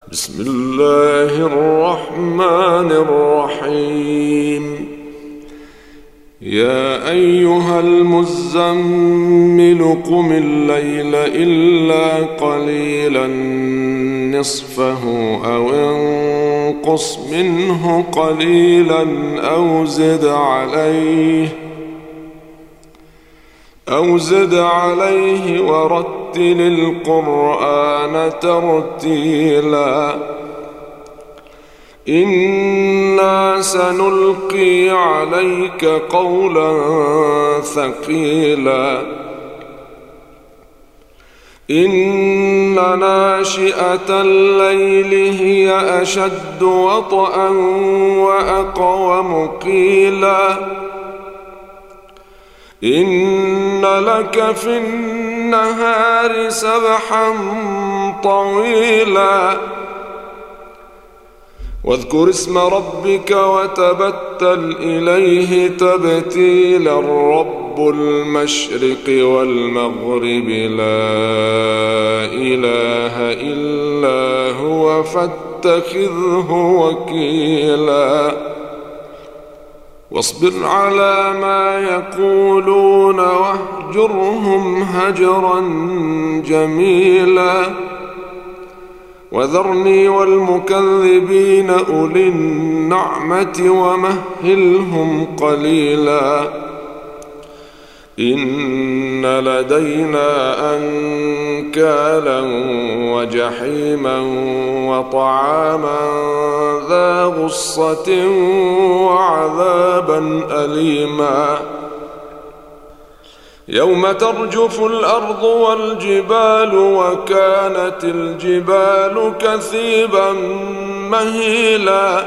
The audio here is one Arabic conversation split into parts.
بسم الله الرحمن الرحيم. يا أيها المزمل قم الليل إلا قليلا نصفه أو انقص منه قليلا أو زد عليه ورتل القرآن ترتيلا. إنا سنلقي عليك قولا ثقيلا. إن ناشئة الليل هي أشد وطئا وأقوم قيلا. إن لك في النهار سبحا طويلا. واذكر اسم ربك وتبتل إليه تبتيلا. رب المشرق والمغرب لا إله إلا هو فاتخذه وكيلا. واصبر على ما يقولون واهجرهم هجرا جميلا. وذرني والمكذبين أولي النعمة ومهلهم قليلا. إن لدينا أنكالا وجحيما وطعاما ذا غصة وعذابا أليما. يوم ترجف الأرض والجبال وكانت الجبال كثيبا مهيلا.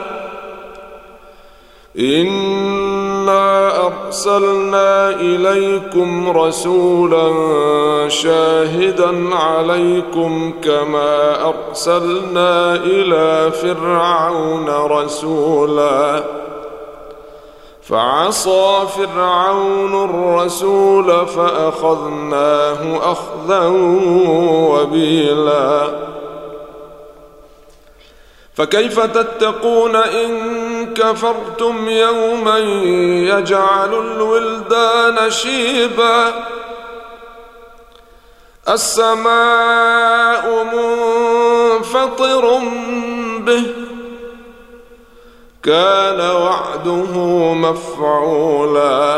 إنا أرسلنا إليكم رسولا شاهدا عليكم كما أرسلنا إلى فرعون رسولا. فعصى فرعون الرسول فأخذناه أخذا وبيلا. فكيف تتقون إن كفرتم يوما يجعل الولدان شيبا. السماء منفطر به كان وعده مفعولا.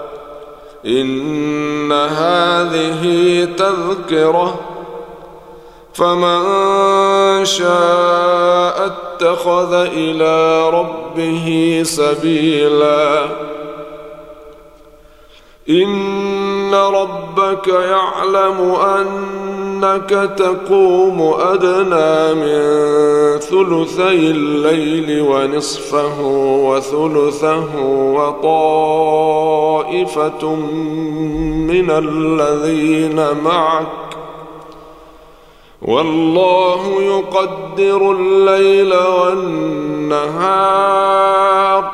إن هذه تذكرة فمن شاء اتخذ إلى ربه سبيلا. إن ربك يعلم أنك تقوم أدنى من ثلثي الليل ونصفه وثلثه وطائفة من الذين معك والله يقدر الليل والنهار.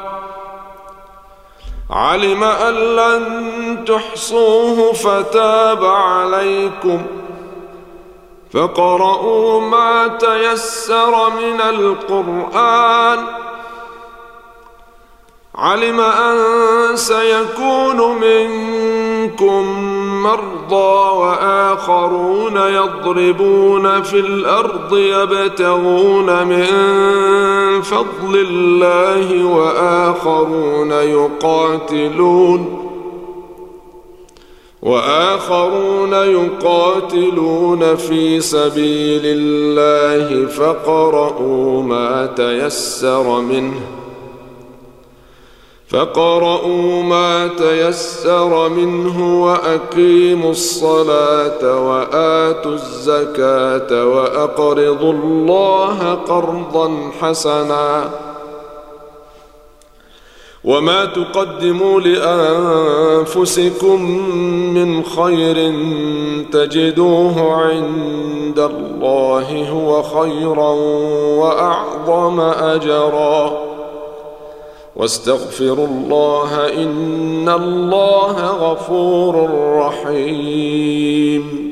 علم أن لن تحصوه فتاب عليكم فاقرؤوا ما تيسر من القرآن. علم أن سيكون منكم مرضى وآخرون يضربون في الأرض يبتغون من فضل الله وآخرون يقاتلون في سبيل الله فاقرؤوا ما تيسر منه وأقيموا الصلاة وآتوا الزكاة وأقرضوا الله قرضا حسنا. وما تقدموا لأنفسكم من خير تجدوه عند الله هو خيرا وأعظم أجرا. واستغفروا الله إن الله غفور رحيم.